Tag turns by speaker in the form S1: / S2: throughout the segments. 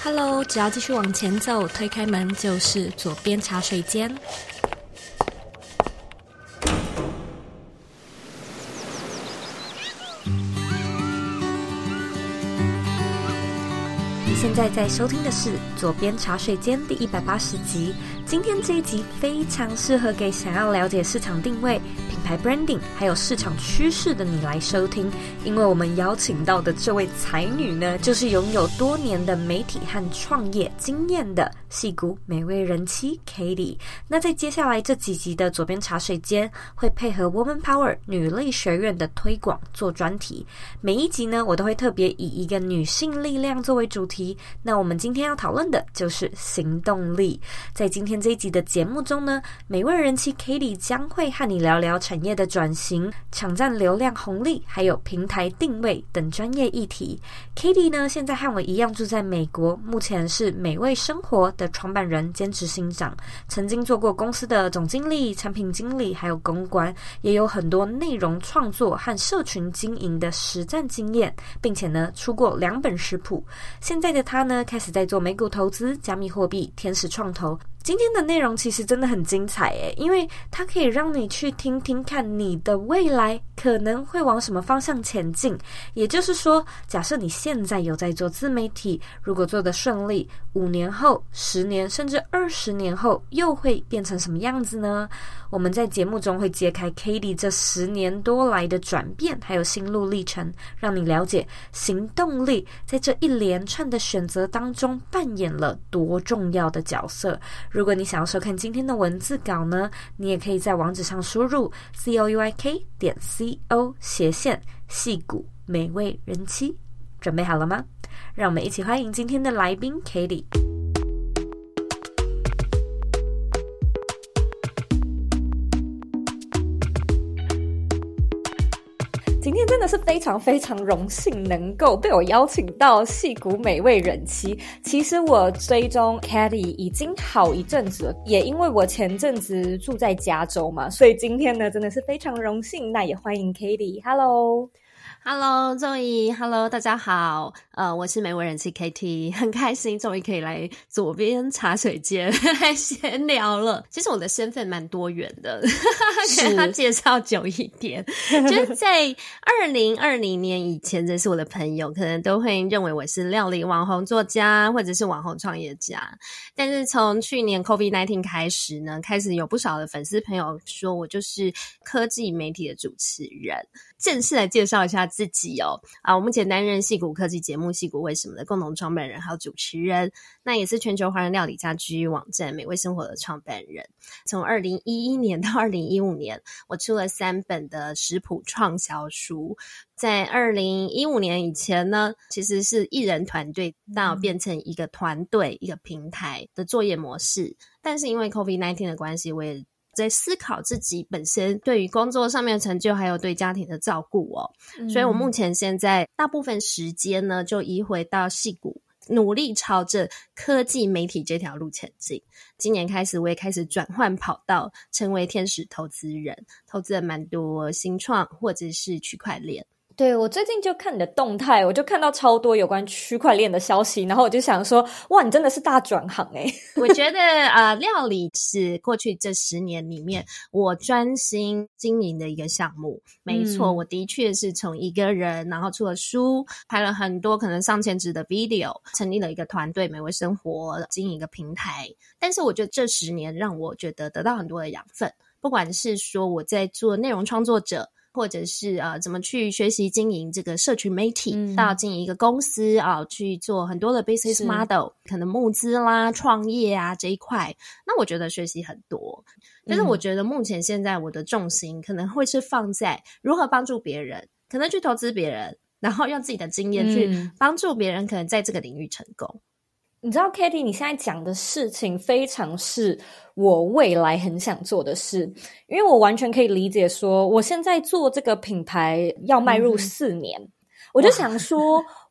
S1: Hello， 只要继续往前走，推开门就是左边茶水间。你现在在收听的是左边茶水间第180集。今天这一集非常适合给想要了解市场定位、品牌 branding 还有市场趋势的你来收听，因为我们邀请到的这位才女呢，就是拥有多年的媒体和创业经验的矽谷美味人妻 Katie。 那在接下来这几集的左边茶水间会配合 Woman Power 女力学院的推广做专题，每一集呢我都会特别以一个女性力量作为主题。那我们今天要讨论的就是行动力。在今天这一集的节目中呢，美味人妻 Katie 将会和你聊聊产业的转型、抢占流量红利，还有平台定位等专业议题。 Katie 呢现在和我一样住在美国，目前是美味生活的创办人兼执行长，曾经做过公司的总经理、产品经理还有公关，也有很多内容创作和社群经营的实战经验，并且呢出过2本食谱。现在的他呢开始在做美股投资、加密货币、天使创投。今天的内容其实真的很精彩耶，因为它可以让你去听听看你的未来可能会往什么方向前进。也就是说，假设你现在有在做自媒体，如果做得顺利，5年后、10年甚至20年后又会变成什么样子呢？我们在节目中会揭开 Katie 这10年多来的转变还有心路历程，让你了解行动力在这一连串的选择当中扮演了多重要的角色。如果你想要收看今天的文字稿呢，你也可以在网址上输入 couyk.co/ 矽谷美味人妻。准备好了吗？让我们一起欢迎今天的来宾 Katie。今天真的是非常非常荣幸能够被我邀请到矽谷美味人妻。其实我追踪 Katie 已经好一阵子了，也因为我前阵子住在加州嘛，所以今天呢真的是非常荣幸。那也欢迎 Katie。Hello，
S2: 周怡 ，Hello， 大家好，我是美味人妻 Katie， 很开心终于可以来左边茶水间来闲聊了。其实我的身份蛮多元的，给他介绍久一点。就是在2020年以前认识我的朋友，可能都会认为我是料理网红作家或者是网红创业家。但是从去年 COVID-19 开始呢，开始有不少的粉丝朋友说我就是科技媒体的主持人。正式来介绍一下自己哦。我目前担任矽谷科技节目矽谷为什么的共同创办人还有主持人，那也是全球华人料理家居网站美味生活的创办人。从2011年到2015年，我出了3本的食谱创销书。在2015年以前呢，其实是艺人团队到变成一个团队、一个平台的作业模式。但是因为 COVID-19 的关系，我也在思考自己本身对于工作上面的成就还有对家庭的照顾哦。所以我目前现在大部分时间呢就移回到矽谷，努力朝着科技媒体这条路前进。今年开始我也开始转换跑道，成为天使投资人，投资了蛮多新创或者是区块链。
S1: 对，我最近就看你的动态，我就看到超多有关区块链的消息，然后我就想说，哇，你真的是大转行欸。
S2: 我觉得料理是过去这10年里面我专心经营的一个项目。没错，我的确是从一个人，然后出了书，拍了很多可能上千支的 video， 成立了一个团队美味生活，经营一个平台。但是我觉得这10年让我觉得得到很多的养分，不管是说我在做内容创作者，或者是怎么去学习经营这个社群媒体，到经营一个公司去做很多的 business model， 可能募资啦、创业啊这一块，那我觉得学习很多。但是我觉得目前现在我的重心可能会是放在如何帮助别人，可能去投资别人，然后用自己的经验去帮助别人可能在这个领域成功。
S1: 你知道 Katie 你现在讲的事情非常是我未来很想做的事，因为我完全可以理解说我现在做这个品牌要迈入4年，我就想说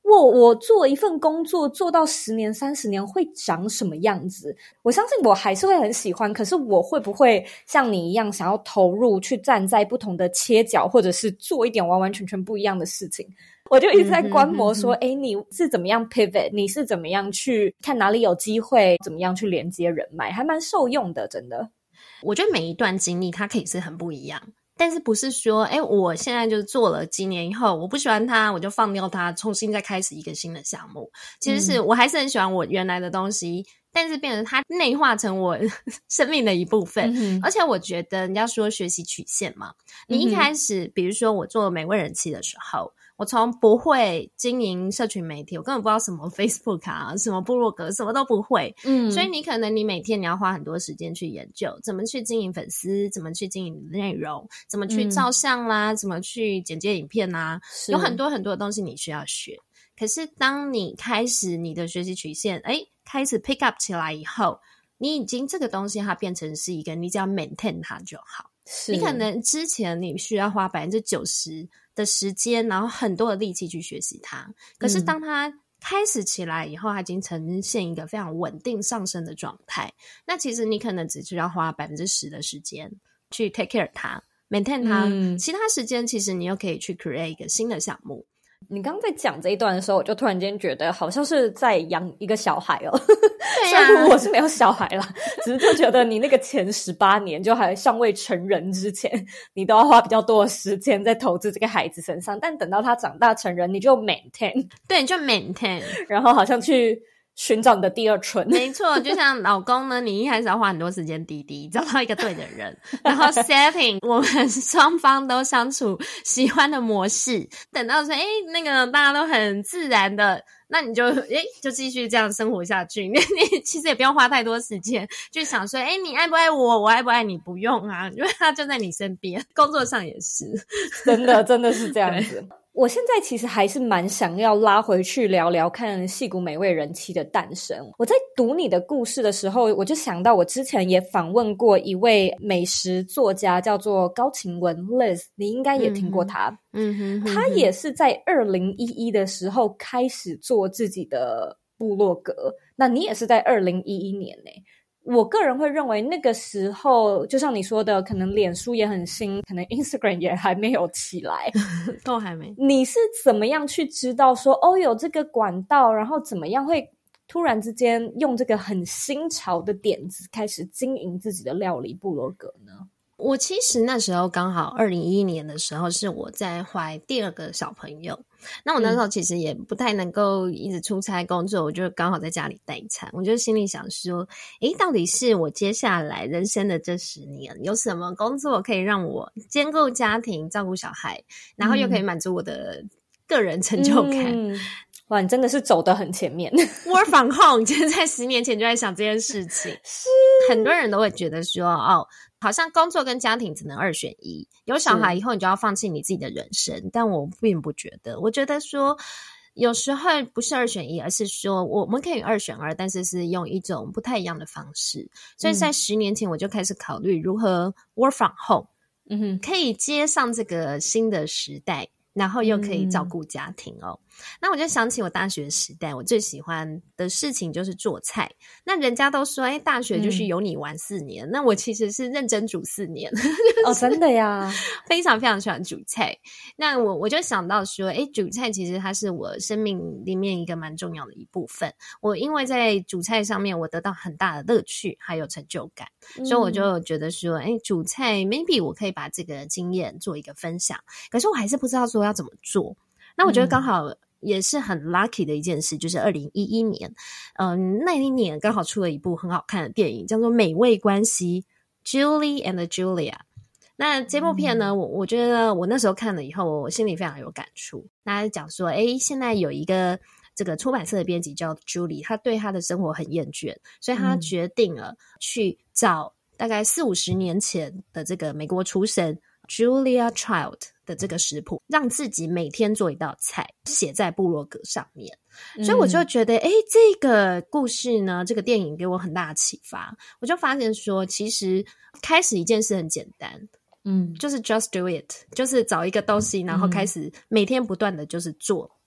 S1: 我做一份工作做到10年30年会长什么样子，我相信我还是会很喜欢，可是我会不会像你一样想要投入去站在不同的切角，或者是做一点完完全全不一样的事情。我就一直在观摩说你是怎么样 pivot， 你是怎么样去看哪里有机会，怎么样去连接人脉，还蛮受用的。真的，
S2: 我觉得每一段经历它可以是很不一样，但是不是说我现在就做了几年以后我不喜欢它我就放掉它，重新再开始一个新的项目。其实是我还是很喜欢我原来的东西，但是变成它内化成我生命的一部分。而且我觉得人家说学习曲线嘛，你一开始比如说我做美味人妻的时候，我从不会经营社群媒体，我根本不知道什么 Facebook 啊，什么部落格，什么都不会。所以你可能你每天你要花很多时间去研究怎么去经营粉丝，怎么去经营内容，怎么去照相啦，怎么去剪接影片啊，有很多很多的东西你需要学。可是当你开始你的学习曲线开始 pick up 起来以后，你已经这个东西它变成是一个你只要 maintain 它就好。你可能之前你需要花 90% 的时间，然后很多的力气去学习它，可是当它开始起来以后，它已经呈现一个非常稳定上升的状态，那其实你可能只需要花 10% 的时间去 take care 它 maintain 它，其他时间其实你又可以去 create 一个新的项目。
S1: 你刚刚在讲这一段的时候，我就突然间觉得好像是在养一个小孩哦。虽然我是没有小孩啦，只是就觉得你那个前18年就还尚未成人之前，你都要花比较多的时间在投资这个孩子身上，但等到他长大成人，你就 maintain，
S2: 对，你就 maintain，
S1: 然后好像去寻找你的第二春。
S2: 没错，就像老公呢，你一开始要花很多时间滴滴找到一个对的人，然后 setting 我们双方都相处喜欢的模式，等到说那个大家都很自然的，那你就就继续这样生活下去。你其实也不用花太多时间就想说你爱不爱我，我爱不爱你，不用啊，因为他就在你身边。工作上也是
S1: 真的是这样子。我现在其实还是蛮想要拉回去聊聊看矽谷美味人妻的诞生。我在读你的故事的时候，我就想到我之前也访问过一位美食作家，叫做高晴雯 Liz， 你应该也听过他。他也是在2011的时候开始做自己的部落格，那你也是在2011年我个人会认为那个时候就像你说的，可能脸书也很新，可能 Instagram 也还没有起来
S2: 都还没。
S1: 你是怎么样去知道说有这个管道，然后怎么样会突然之间用这个很新潮的点子开始经营自己的料理部落格呢？
S2: 我其实那时候刚好2011年的时候是我在怀第2个小朋友，那我那时候其实也不太能够一直出差工作，我就刚好在家里待产。我就心里想说到底是我接下来人生的这10年有什么工作可以让我兼顾家庭照顾小孩，然后又可以满足我的个人成就感。
S1: 哇，你真的是走得很前面。
S2: Work from home 就是在10年前就在想这件事情。是很多人都会觉得说好像工作跟家庭只能2选1，有小孩以后你就要放弃你自己的人生，但我并不觉得。我觉得说有时候不是2选1，而是说我们可以2选2，但是是用一种不太一样的方式。所以在10年前我就开始考虑如何 work from home，可以接上这个新的时代，然后又可以照顾家庭那我就想起我大学时代，我最喜欢的事情就是做菜。那人家都说大学就是有你玩4年，那我其实是认真煮4年。
S1: 真的呀。
S2: 非常非常喜欢煮菜。那我就想到说煮菜其实它是我生命里面一个蛮重要的一部分。我因为在煮菜上面我得到很大的乐趣还有成就感，所以我就觉得说煮菜 maybe 我可以把这个经验做一个分享，可是我还是不知道说要怎么做。那我觉得刚好也是很 lucky 的一件事，就是2011年那一年刚好出了一部很好看的电影，叫做《美味关系》 Julie and Julia。 那这部片呢我觉得我那时候看了以后我心里非常有感触。那讲说现在有一个这个出版社的编辑叫 Julie， 他对他的生活很厌倦，所以他决定了去找大概40-50年前的这个美国厨神 Julia Child 的这个食谱，让自己每天做一道菜写在部落格上面。所以我就觉得这个故事呢，这个电影给我很大的启发。我就发现说其实开始一件事很简单，就是 just do it， 就是找一个东西然后开始每天不断的就是做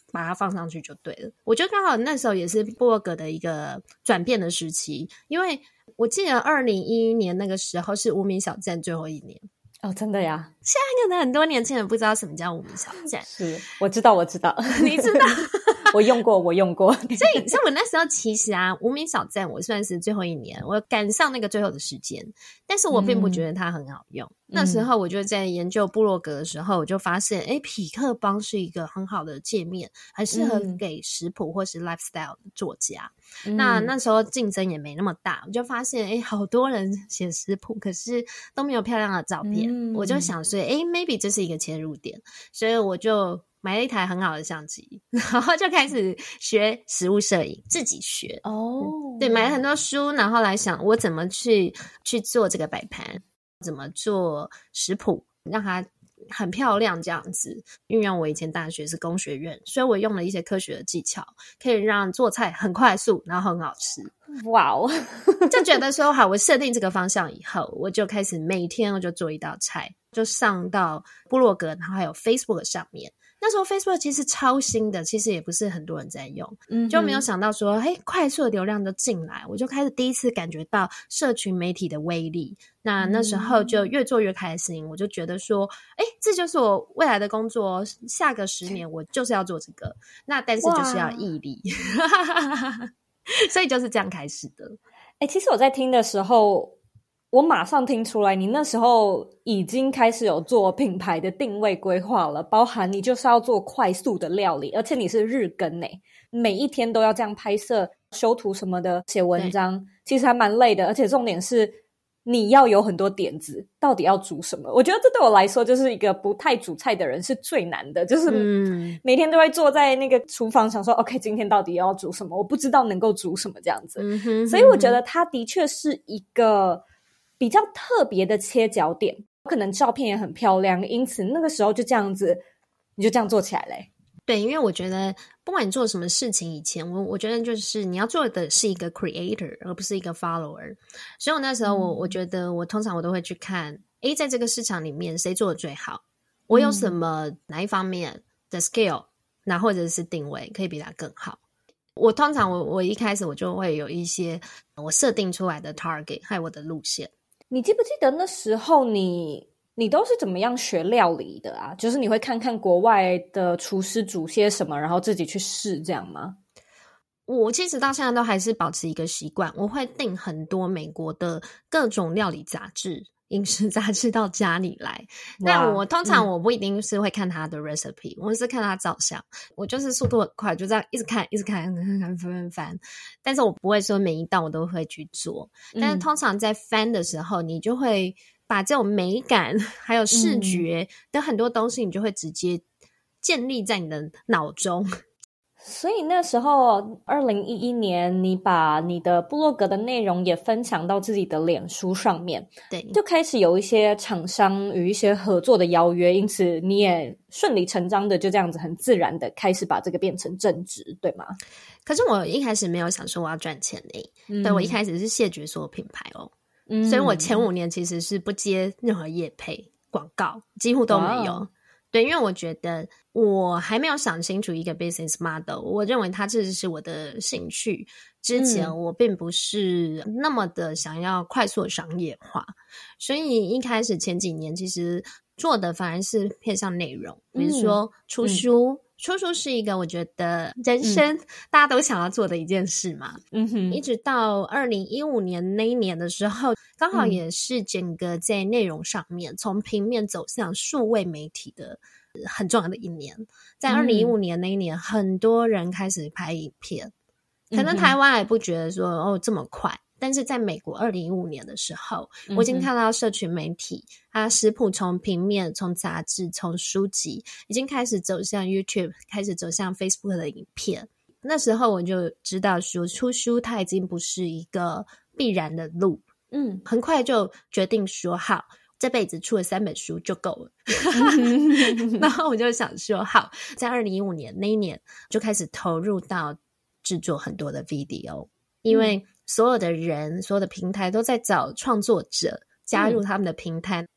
S2: 把它放上去就对了。我觉得刚好那时候也是部落格的一个转变的时期，因为我记得2011年那个时候是无名小站最后一年。
S3: 哦，真的呀？
S2: 现在可能很多年轻人不知道什么叫无名小站。
S3: 是，我知道
S2: 你知道
S3: 我用过
S2: 所以我那时候其实啊，无名小站我算是最后一年，我赶上那个最后的时间，但是我并不觉得它很好用。那时候我就在研究部落格的时候，我就发现匹克邦是一个很好的界面，很适合给食谱或是 lifestyle 的作家。那时候竞争也没那么大，我就发现好多人写食谱，可是都没有漂亮的照片。我就想说maybe 这是一个切入点，所以我就买了一台很好的相机，然后就开始学食物摄影，自己学。对，买了很多书，然后来想我怎么去做这个摆盘，怎么做食谱，让它很漂亮这样子。运用我以前大学是工学院，所以我用了一些科学的技巧，可以让做菜很快速，然后很好吃。
S3: 哇哦！
S2: 就觉得说好，我设定这个方向以后，我就开始每天我就做一道菜，就上到部落格，然后还有 Facebook 上面。那时候 Facebook 其实超新的，其实也不是很多人在用，就没有想到说快速的流量都进来，我就开始第一次感觉到社群媒体的威力。那时候就越做越开心，我就觉得说这就是我未来的工作，下个10年我就是要做这个，那但是就是要毅力所以就是这样开始的。
S3: 其实我在听的时候，我马上听出来你那时候已经开始有做品牌的定位规划了，包含你就是要做快速的料理，而且你是日更每一天都要这样拍摄、修图什么的，写文章，其实还蛮累的。而且重点是你要有很多点子，到底要煮什么？我觉得这对我来说就是一个不太煮菜的人是最难的，就是每天都会坐在那个厨房想说 OK 今天到底要煮什么，我不知道能够煮什么这样子。所以我觉得它的确是一个比较特别的切角点，可能照片也很漂亮，因此那个时候就这样子你就这样做起来
S2: 对，因为我觉得不管你做什么事情以前，我觉得就是你要做的是一个 creator 而不是一个 follower。所以我那时候我觉得我通常我都会去看在这个市场里面谁做的最好，我有什么哪一方面的 skill， 那或者是定位可以比它更好。我通常我一开始我就会有一些我设定出来的 target 还有我的路线。
S3: 你记不记得那时候你都是怎么样学料理的啊？就是你会看看国外的厨师煮些什么，然后自己去试这样吗？
S2: 我其实到现在都还是保持一个习惯，我会订很多美国的各种料理杂志、饮食杂志到家里来。那我通常我不一定是会看他的 recipe，我是看他照相，我就是速度很快，就这样一直看翻。但是我不会说每一道我都会去做，但是通常在翻的时候，你就会把这种美感还有视觉的很多东西，你就会直接建立在你的脑中。
S3: 所以那时候2011年你把你的部落格的内容也分享到自己的脸书上面，
S2: 对，
S3: 就开始有一些厂商与一些合作的邀约，因此你也顺理成章的就这样子很自然的开始把这个变成正职，对吗？
S2: 可是我一开始没有想说我要赚钱对，我一开始是谢绝所有品牌所以我前5年其实是不接任何业配广告，几乎都没有。对，因为我觉得我还没有想清楚一个 business model， 我认为它这是我的兴趣，之前我并不是那么的想要快速的商业化，所以一开始前几年其实做的反而是偏向内容，比如说出书，出书是一个我觉得人生大家都想要做的一件事嘛。一直到2015年那一年的时候，刚好也是整个在内容上面从平面走向数位媒体的很重要的一年。在2015年那一年，很多人开始拍影片，可能台湾还不觉得说这么快，但是在美国2015年的时候，我已经看到社群媒体它食谱从平面、从杂志、从书籍已经开始走向 YouTube， 开始走向 Facebook 的影片。那时候我就知道说出书它已经不是一个必然的路，很快就决定说好，这辈子出了3本书就够了然后我就想说好，在2015年那一年就开始投入到制作很多的 video， 因为所有的人所有的平台都在找创作者加入他们的平台，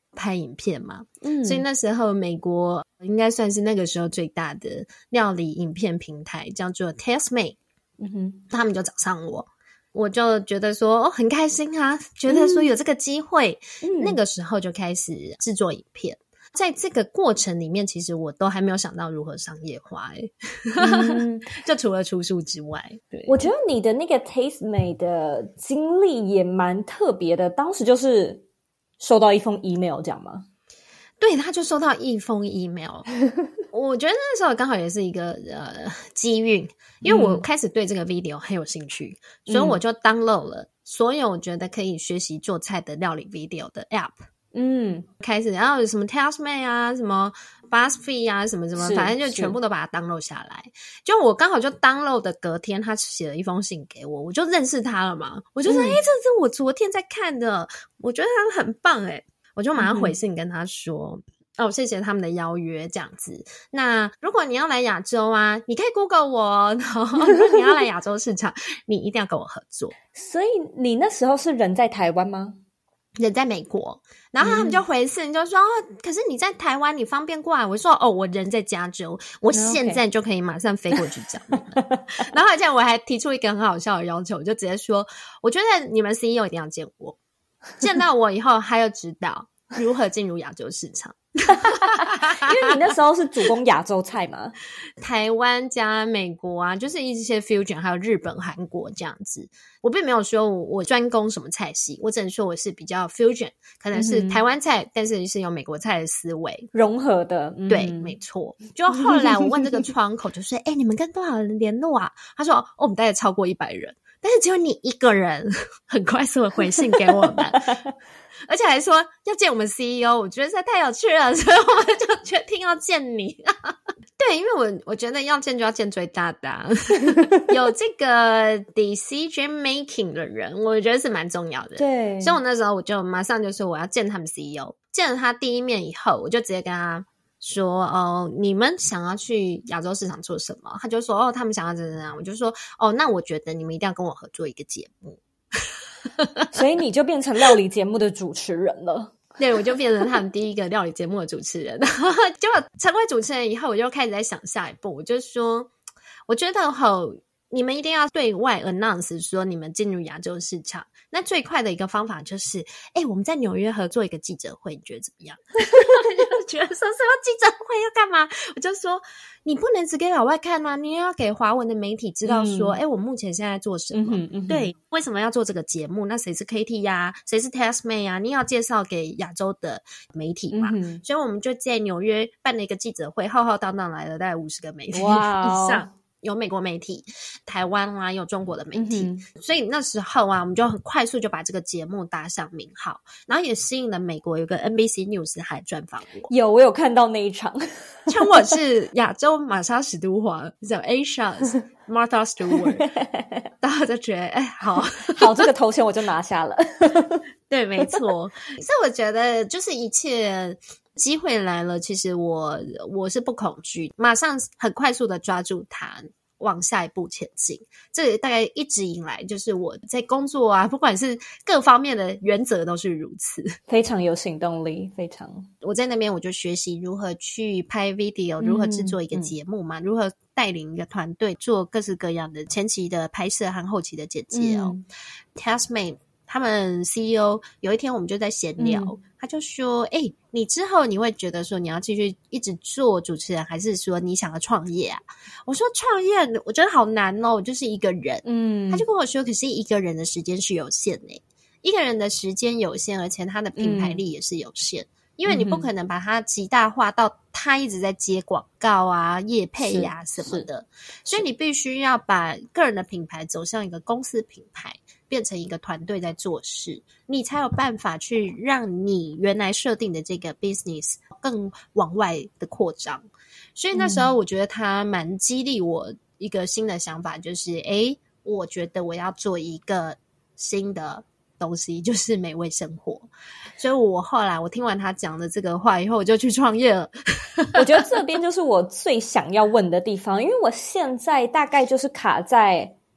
S2: 拍影片嘛，所以那时候美国应该算是那个时候最大的料理影片平台，叫做 Tastemade，他们就找上我就觉得说很开心啊，觉得说有这个机会，那个时候就开始制作影片。在这个过程里面，其实我都还没有想到如何商业化就除了出书之外。对，
S3: 我觉得你的那个 Tastemade 的经历也蛮特别的，当时就是收到一封 email 这样吗？
S2: 对，他就收到一封 email 我觉得那时候刚好也是一个机遇，因为我开始对这个 video 很有兴趣，所以我就 download 了所有我觉得可以学习做菜的料理 video 的 app，开始，然后有什么 Tastemade 啊，什么 BuzzFeed 啊，什么什么，反正就全部都把它 download 下来。就我刚好就 download 的隔天，他写了一封信给我，我就认识他了嘛。我就说，这是我昨天在看的，我觉得他很棒我就马上回信跟他说。谢谢他们的邀约这样子。那如果你要来亚洲啊，你可以 Google 我，然后如果你要来亚洲市场，你一定要跟我合作。
S3: 所以你那时候是人在台湾吗？
S2: 人在美国，然后他们就回信就说可是你在台湾你方便过来，我说我人在加州，我现在就可以马上飞过去找你们然后而且我还提出一个很好笑的要求，我就直接说我觉得你们 CEO 一定要见我，见到我以后还要指导如何进入亚洲市场
S3: 因为你那时候是主攻亚洲菜嘛，
S2: 台湾加美国啊，就是一些 fusion 还有日本韩国这样子。我并没有说我专攻什么菜系，我只能说我是比较 fusion， 可能是台湾菜但是是有美国菜的思维
S3: 融合的
S2: 对没错。就后来我问这个窗口就说你们跟多少人联络啊？他说我们大概超过100人，但是只有你一个人很快速的回信给我们而且还说要见我们 CEO， 我觉得实在太有趣了，所以我们就决定要见你对，因为我觉得要见就要见最大的有这个 decision making 的人，我觉得是蛮重要的。
S3: 对，
S2: 所以我那时候我就马上就说我要见他们 CEO， 见了他第一面以后，我就直接跟他说你们想要去亚洲市场做什么？他就说他们想要怎样，我就说那我觉得你们一定要跟我合作一个节目
S3: 所以你就变成料理节目的主持人了
S2: 对，我就变成他们第一个料理节目的主持人结果成为主持人以后，我就开始在想下一步，我就说我觉得你们一定要对外 announce 说你们进入亚洲市场，那最快的一个方法就是我们在纽约合作一个记者会，你觉得怎么样就觉得说什么记者会要干嘛，我就说你不能只给老外看啊，你也要给华文的媒体知道说我目前现在做什么对，为什么要做这个节目，那谁是 KT 呀，谁是 Tastemade 呀，你要介绍给亚洲的媒体嘛所以我们就在纽约办了一个记者会，浩浩荡荡来了大概50个媒体以上有美国媒体，台湾啊，有中国的媒体所以那时候啊，我们就很快速就把这个节目打上名号，然后也吸引了美国有个 NBC News 还专访
S3: 我有看到那一场
S2: 称我是亚洲玛莎史都华，叫 Asia's Martha Stewart 大家就觉得好
S3: 这个头衔我就拿下了
S2: 对没错所以我觉得就是一切机会来了，其实我是不恐惧，马上很快速的抓住它往下一步前进。这大概一直以来就是我在工作啊，不管是各方面的原则都是如此，
S3: 非常有行动力。非常，
S2: 我在那边我就学习如何去拍 video， 如何制作一个节目嘛，如何带领一个团队做各式各样的前期的拍摄和后期的剪辑Tastemade他们 CEO 有一天我们就在闲聊他就说你之后你会觉得说你要继续一直做主持人，还是说你想要创业啊？我说创业我觉得好难我就是一个人他就跟我说可是一个人的时间是有限一个人的时间有限，而且他的品牌力也是有限因为你不可能把它极大化到他一直在接广告啊业配啊什么的，所以你必须要把个人的品牌走向一个公司品牌，变成一个团队在做事，你才有办法去让你原来设定的这个 business 更往外的扩张。所以那时候我觉得他蛮激励我一个新的想法，就是我觉得我要做一个新的东西，就是美味生活。所以我后来我听完他讲的这个话以后，我就去创业了
S3: 我觉得这边就是我最想要问的地方，因为我现在大概就是卡在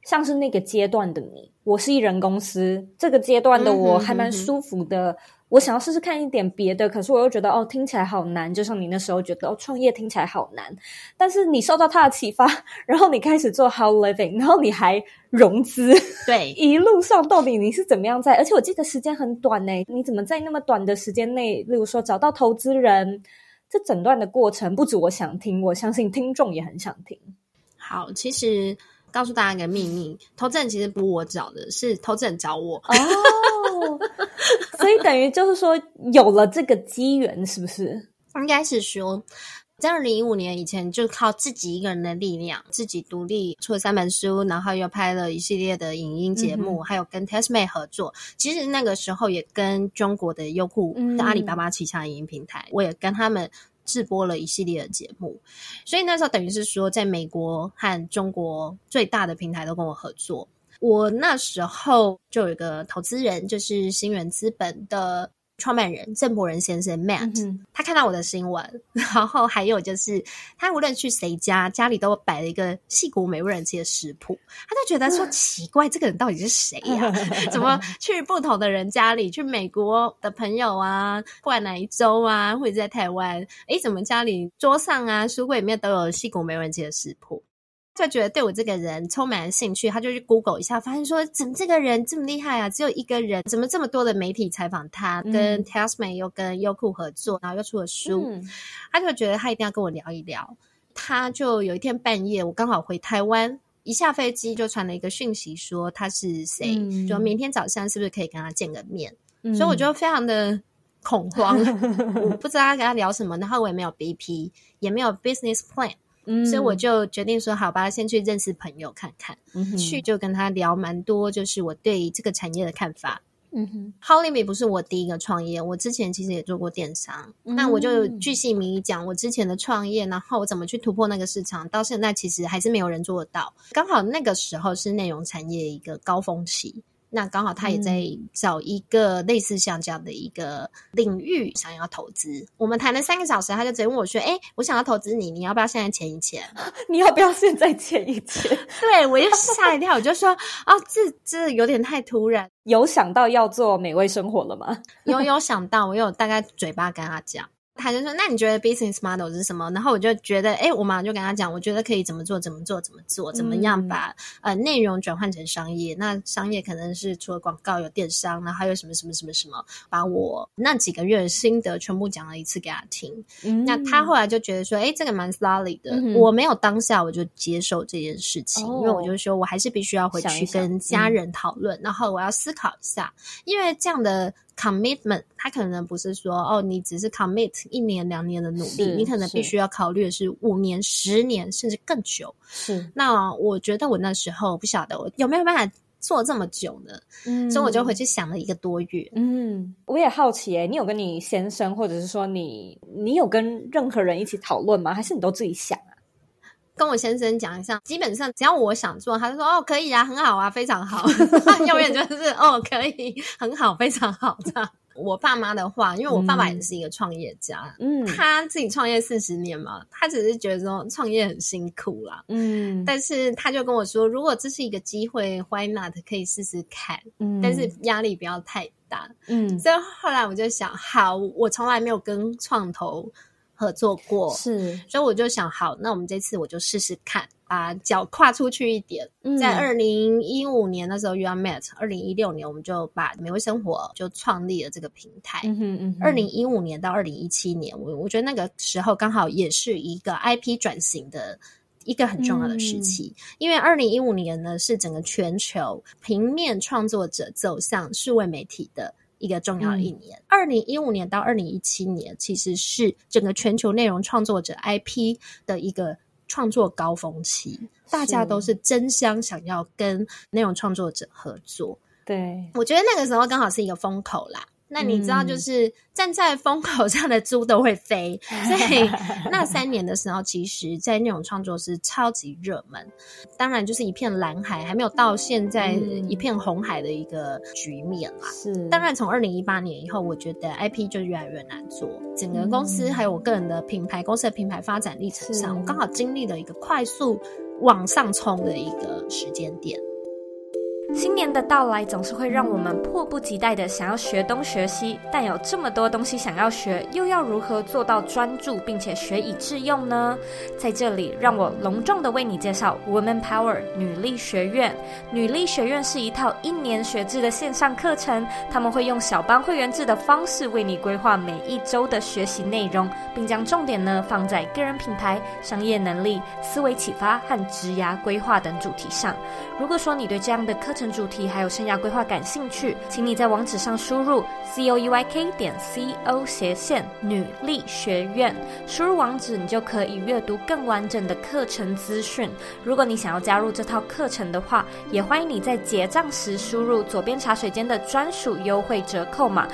S3: 像是那个阶段的你，我是艺人公司，这个阶段的我还蛮舒服的，我想要试试看一点别的，可是我又觉得听起来好难，就像你那时候觉得创业听起来好难，但是你受到他的启发，然后你开始做 How Living， 然后你还融资，
S2: 对，
S3: 一路上到底你是怎么样在，而且我记得时间很短耶，你怎么在那么短的时间内，例如说找到投资人，这整段的过程不止我想听，我相信听众也很想听。
S2: 好，其实告诉大家一个秘密，投资人其实不是我找的，是投资人找我。
S3: 所以等于就是说有了这个机缘，是不是？
S2: 应该是说在2015年以前就靠自己一个人的力量，自己独立出了3本书，然后又拍了一系列的影音节目，还有跟 TestMate 合作。其实那个时候也跟中国的优酷的阿里巴巴旗下的影音平台，我也跟他们制播了一系列的节目，所以那时候等于是说在美国和中国最大的平台都跟我合作。我那时候就有一个投资人，就是新源资本的创办人郑伯仁先生 Matt，他看到我的新闻，然后还有就是他无论去谁家里都摆了一个矽谷美味人妻的食谱，他就觉得说奇怪，这个人到底是谁呀？怎么去不同的人家里，去美国的朋友啊，不管哪一州啊，或者在台湾，怎么家里桌上啊书柜里面都有矽谷美味人妻的食谱，就觉得对我这个人充满了兴趣，他就去 Google 一下，发现说怎么这个人这么厉害啊，只有一个人，怎么这么多的媒体采访他，跟 TestMate 又跟优酷合作，然后又出了书，他就觉得他一定要跟我聊一聊。他就有一天半夜，我刚好回台湾，一下飞机就传了一个讯息说他是谁，说明天早上是不是可以跟他见个面，所以我就非常的恐慌，我不知道要跟他聊什么，然后我也没有 BP， 也没有 business plan，所以我就决定说好吧，先去认识朋友看看，去就跟他聊蛮多，就是我对这个产业的看法。How Living 不是我第一个创业，我之前其实也做过电商，那我就巨细靡遗讲我之前的创业，然后我怎么去突破那个市场，到现在其实还是没有人做得到。刚好那个时候是内容产业一个高峰期，那刚好他也在找一个类似像这样的一个领域想要投资。我们谈了3个小时，他就直接问我说我想要投资你，你要不要现在签一签？
S3: 你要不要现在签一签？
S2: 对，我就吓一跳，我就说这有点太突然。
S3: 有想到要做美味生活了吗？
S2: 有想到，我有大概嘴巴跟他讲，他就说那你觉得 business model 是什么？然后我就觉得我马上就跟他讲，我觉得可以怎么做，怎么样把内容转换成商业。那商业可能是除了广告有电商，然后还有什么什么什么什么，把我那几个月的心得全部讲了一次给他听。那他后来就觉得说这个蛮 solid 的，我没有当下我就接受这件事情，因为我就说我还是必须要回去跟家人讨论，然后我要思考一下，因为这样的commitment 它可能不是说你只是 commit 1年2年的努力，你可能必须要考虑的是5年10年甚至更久。是，那我觉得我那时候不晓得我有没有办法做这么久呢，所以我就回去想了1个多月。
S3: 我也好奇你有跟你先生或者是说你有跟任何人一起讨论吗？还是你都自己想啊？
S2: 跟我先生讲一下，基本上只要我想做，他就说可以啊，很好啊，非常好。永远就是可以，很好，非常好这样。我爸妈的话，因为我爸爸也是一个创业家，他自己创业40年嘛，他只是觉得说创业很辛苦啦，但是他就跟我说，如果这是一个机会 why not 可以试试看，但是压力不要太大。所以后来我就想，好，我从来没有跟创投合作过，是，所以我就想好，那我们这次我就试试看，把脚跨出去一点。在2015年那时候遇到 Matt，2016年我们就把美味生活就创立了这个平台。2015年到2017年，我觉得那个时候刚好也是一个 IP 转型的一个很重要的时期，因为2015年呢是整个全球平面创作者走向数位媒体的一个重要的一年。2015年到2017年其实是整个全球内容创作者 IP 的一个创作高峰期，大家都是争相想要跟内容创作者合作。对，我觉得那个时候刚好是一个风口啦。那你知道就是站在风口上的猪都会飞，所以那3年的时候其实在内容创作是超级热门，当然就是一片蓝海，还没有到现在一片红海的一个局面啦。是，当然从2018年以后我觉得 IP 就越来越难做，整个公司还有我个人的品牌公司的品牌发展历程上，我刚好经历了一个快速往上冲的一个时间点。
S1: 新年的到来总是会让我们迫不及待的想要学东学西，但有这么多东西想要学，又要如何做到专注并且学以致用呢？在这里，让我隆重的为你介绍 Women Power 女力学院。女力学院是一套1年学制的线上课程，他们会用小班会员制的方式为你规划每一周的学习内容，并将重点呢放在个人品牌、商业能力、思维启发和职涯规划等主题上。如果说你对这样的课程主题还有生涯规划感兴趣，请你在网址上输入 couyk.co/ 女力学院，输入网址你就可以阅读更完整的课程资讯。如果你想要加入这套课程的话，也欢迎你在结账时输入左边茶水间的专属优惠折扣码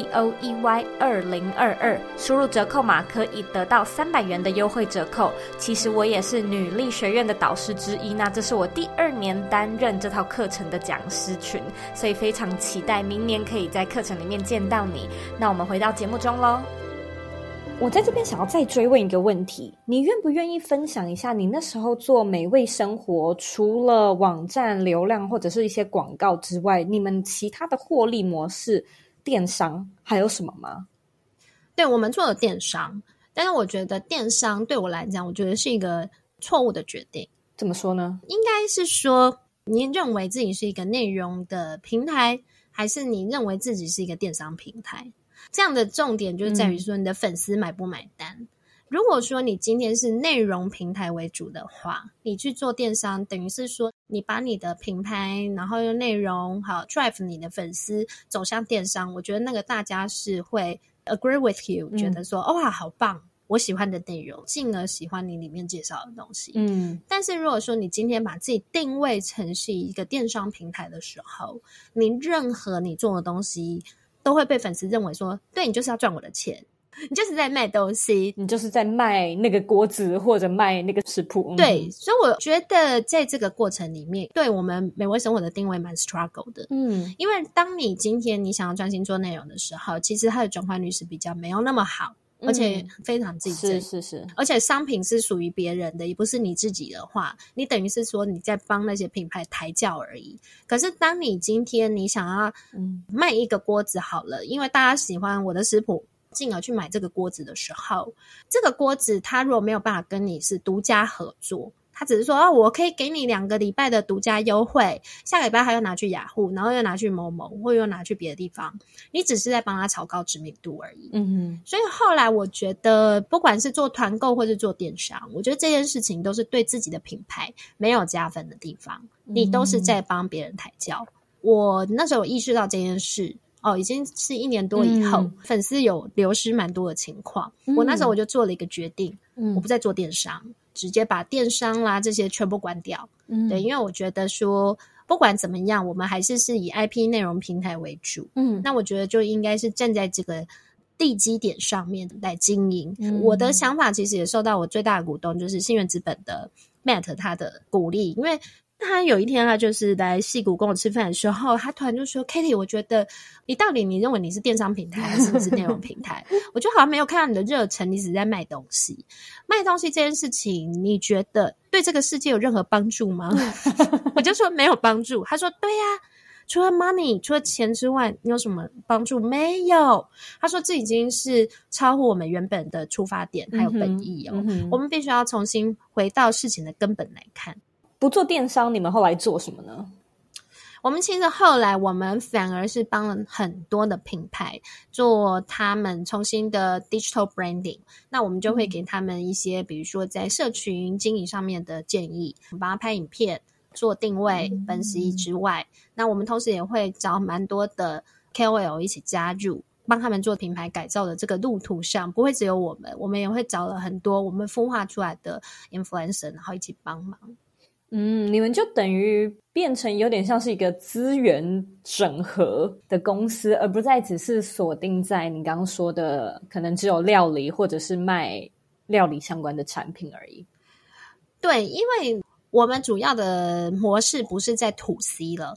S1: ZOEY2022， 输入折扣码可以得到300元的优惠折扣。其实我也是女力学院的导师之一，那这是我第2年担任这套课程的讲师群，所以非常期待明年可以在课程里面见到你。那我们回到节目中咯。
S3: 我在这边想要再追问一个问题，你愿不愿意分享一下你那时候做美味生活，除了网站流量或者是一些广告之外，你们其他的获利模式、电商还有什么吗？
S2: 对，我们做了电商，但是我觉得电商对我来讲，我觉得是一个错误的决定。
S3: 怎么说呢？
S2: 应该是说你认为自己是一个内容的平台，还是你认为自己是一个电商平台？这样的重点就在于说你的粉丝买不买单。如果说你今天是内容平台为主的话，你去做电商，等于是说你把你的品牌然后用内容好 drive 你的粉丝走向电商，我觉得那个大家是会 agree with you， 觉得说哇好棒，我喜欢的内容，进而喜欢你里面介绍的东西。但是如果说你今天把自己定位成是一个电商平台的时候，你任何你做的东西都会被粉丝认为说，对，你就是要赚我的钱，你就是在卖东西，
S3: 你就是在卖那个锅子或者卖那个食谱。
S2: 对，所以我觉得在这个过程里面，对我们美味生活的定位蛮 struggle 的。因为当你今天你想要专心做内容的时候，其实它的转换率是比较没有那么好，而且非常竞争，
S3: 是，
S2: 而且商品是属于别人的，也不是你自己的话，你等于是说你在帮那些品牌抬轿而已。可是当你今天你想要卖一个锅子好了，因为大家喜欢我的食谱，进而去买这个锅子的时候，这个锅子它如果没有办法跟你是独家合作，他只是说我可以给你2个礼拜的独家优惠，下个礼拜还要拿去雅虎，然后又拿去某某，或又拿去别的地方，你只是在帮他炒高知名度而已。所以后来我觉得不管是做团购或是做电商，我觉得这件事情都是对自己的品牌没有加分的地方，你都是在帮别人抬轿。我那时候有意识到这件事已经是1年多以后，粉丝有流失蛮多的情况。我那时候我就做了一个决定，我不再做电商，直接把电商啦这些全部关掉。对，因为我觉得说不管怎么样，我们还是以 IP 内容平台为主。那我觉得就应该是站在这个地基点上面来经营。我的想法其实也受到我最大的股东就是信源资本的 Matt 他的鼓励，因为他有一天他就是来矽谷跟我吃饭的时候，他突然就说 Katie 我觉得你到底你认为你是电商平台还是你是内容平台？我就好像没有看到你的热忱，你只是在卖东西。卖东西这件事情你觉得对这个世界有任何帮助吗？我就说没有帮助。他说对啊，除了 money 除了钱之外你有什么帮助？没有。他说这已经是超乎我们原本的出发点还有本意我们必须要重新回到事情的根本来看。
S3: 不做电商，你们后来做什么呢？
S2: 我们其实后来我们反而是帮了很多的品牌做他们重新的 digital branding， 那我们就会给他们一些比如说在社群经营上面的建议，帮他拍影片做定位分析之外，那我们同时也会找蛮多的 KOL 一起加入，帮他们做品牌改造的这个路途上，不会只有我们也会找了很多我们孵化出来的 influencer 然后一起帮忙。
S3: 你们就等于变成有点像是一个资源整合的公司，而不再只是锁定在你刚刚说的可能只有料理或者是卖料理相关的产品而已。
S2: 对，因为我们主要的模式不是在 to C 了，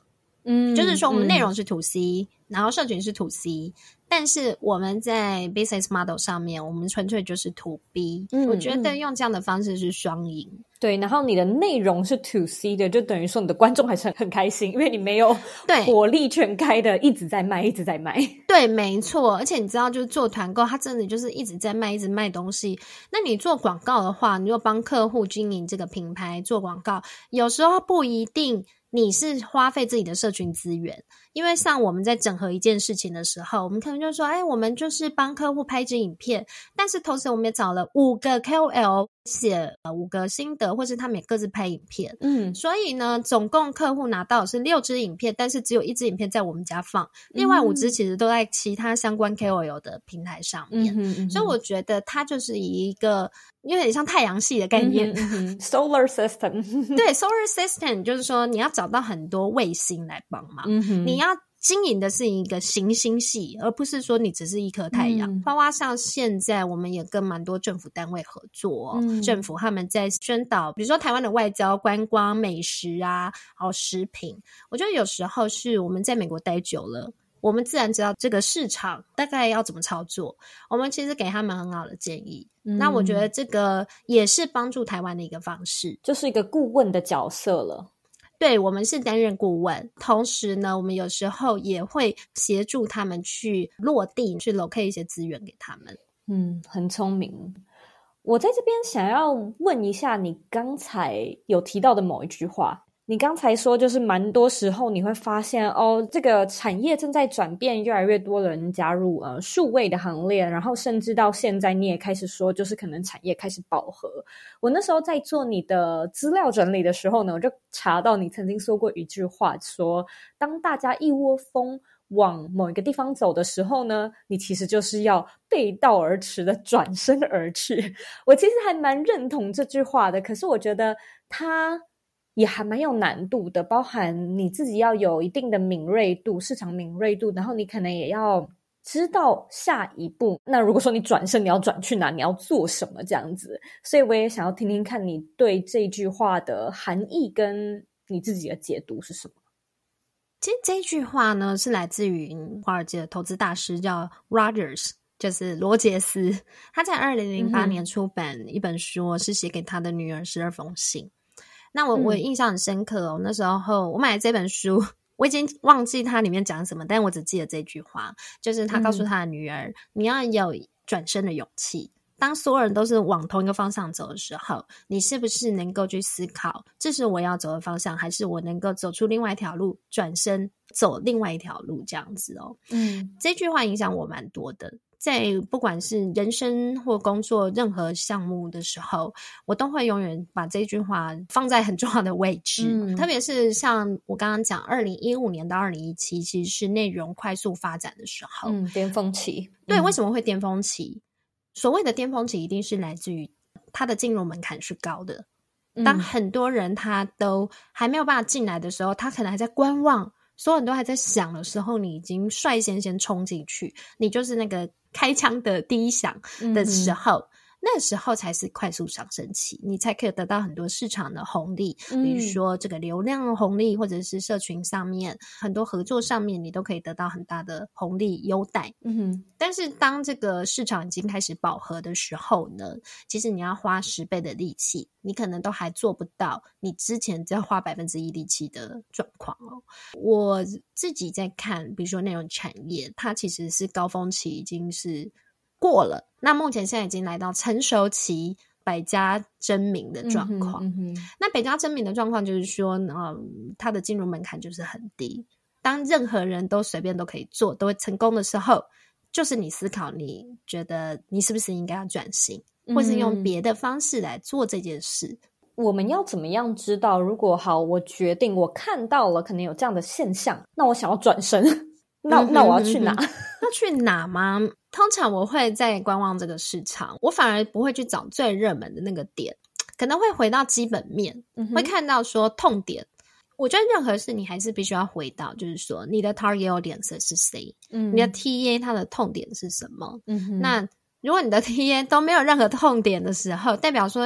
S2: 就是说我们内容是 to C，然后社群是 to C，但是我们在 business model 上面我们纯粹就是 to B，我觉得用这样的方式是双赢。
S3: 对，然后你的内容是 to C 的，就等于说你的观众还是很开心，因为你没有火力全开的一直在卖一直在卖。
S2: 对，没错。而且你知道就是做团购它真的就是一直在卖一直卖东西，那你做广告的话，你就帮客户经营这个品牌做广告，有时候不一定你是花费自己的社群资源，因为像我们在整合一件事情的时候，我们可能就说我们就是帮客户拍一支影片，但是同时我们也找了5个 KOL 写5个心得，或是他们也各自拍影片，所以呢总共客户拿到的是6支影片，但是只有1支影片在我们家放，另外5支其实都在其他相关 KOL 的平台上面，所以我觉得它就是以一个有点像太阳系的概念
S3: Solar System
S2: 对 Solar System 就是说你要找到很多卫星来帮忙，你要经营的是一个行星系，而不是说你只是一颗太阳，包括像现在我们也跟蛮多政府单位合作，政府他们在宣导比如说台湾的外交、观光、美食啊，还有食品，我觉得有时候是我们在美国待久了，我们自然知道这个市场大概要怎么操作，我们其实给他们很好的建议，那我觉得这个也是帮助台湾的一个方式，
S3: 就是一个顾问的角色了。
S2: 对，我们是担任顾问，同时呢我们有时候也会协助他们去落地，去 locate 一些资源给他们。
S3: 很聪明。我在这边想要问一下你刚才有提到的某一句话，你刚才说就是蛮多时候你会发现这个产业正在转变，越来越多人加入数位的行列，然后甚至到现在你也开始说就是可能产业开始饱和。我那时候在做你的资料整理的时候呢，我就查到你曾经说过一句话，说当大家一窝蜂往某一个地方走的时候呢，你其实就是要背道而驰的转身而去。我其实还蛮认同这句话的，可是我觉得它也还蛮有难度的，包含你自己要有一定的敏锐度，市场敏锐度，然后你可能也要知道下一步，那如果说你转身你要转去哪，你要做什么这样子。所以我也想要听听看你对这句话的含义跟你自己的解读是什么。
S2: 其实这句话呢是来自于华尔街的投资大师叫 Rogers， 就是罗杰斯，他在2008年出版一本书，是写给他的女儿12封信。那我印象很深刻那时候我买了这本书，我已经忘记它里面讲什么，但我只记得这句话，就是他告诉他的女儿，你要有转身的勇气，当所有人都是往同一个方向走的时候，你是不是能够去思考，这是我要走的方向，还是我能够走出另外一条路，转身走另外一条路这样子这句话影响我蛮多的，在不管是人生或工作任何项目的时候，我都会永远把这句话放在很重要的位置，特别是像我刚刚讲2015年到2017其实是内容快速发展的时候，
S3: 巅峰期。
S2: 对，为什么会巅峰期？所谓的巅峰期一定是来自于它的进入门槛是高的，当很多人他都还没有办法进来的时候，他可能还在观望，所有人都还在想的时候，你已经率先冲进去，你就是那个开枪的第一响的时候，那时候才是快速上升期，你才可以得到很多市场的红利，比如说这个流量的红利，或者是社群上面很多合作上面，你都可以得到很大的红利优待。但是当这个市场已经开始饱和的时候呢，其实你要花10倍的力气，你可能都还做不到你之前只要花1%力气的状况我自己在看比如说内容产业，它其实是高峰期已经是过了，那目前现在已经来到成熟期，百家争鸣的状况那百家争鸣的状况就是说它的进入门槛就是很低，当任何人都随便都可以做，都会成功的时候，就是你思考你觉得你是不是应该要转型，或是用别的方式来做这件事。
S3: 我们要怎么样知道，如果好我决定我看到了可能有这样的现象，那我想要转身那我要去哪
S2: 要去哪吗？通常我会在观望这个市场，我反而不会去找最热门的那个点，可能会回到基本面会看到说痛点。我觉得任何事你还是必须要回到，就是说你的 target audience 是谁你的 TA 它的痛点是什么那如果你的 TA 都没有任何痛点的时候，代表说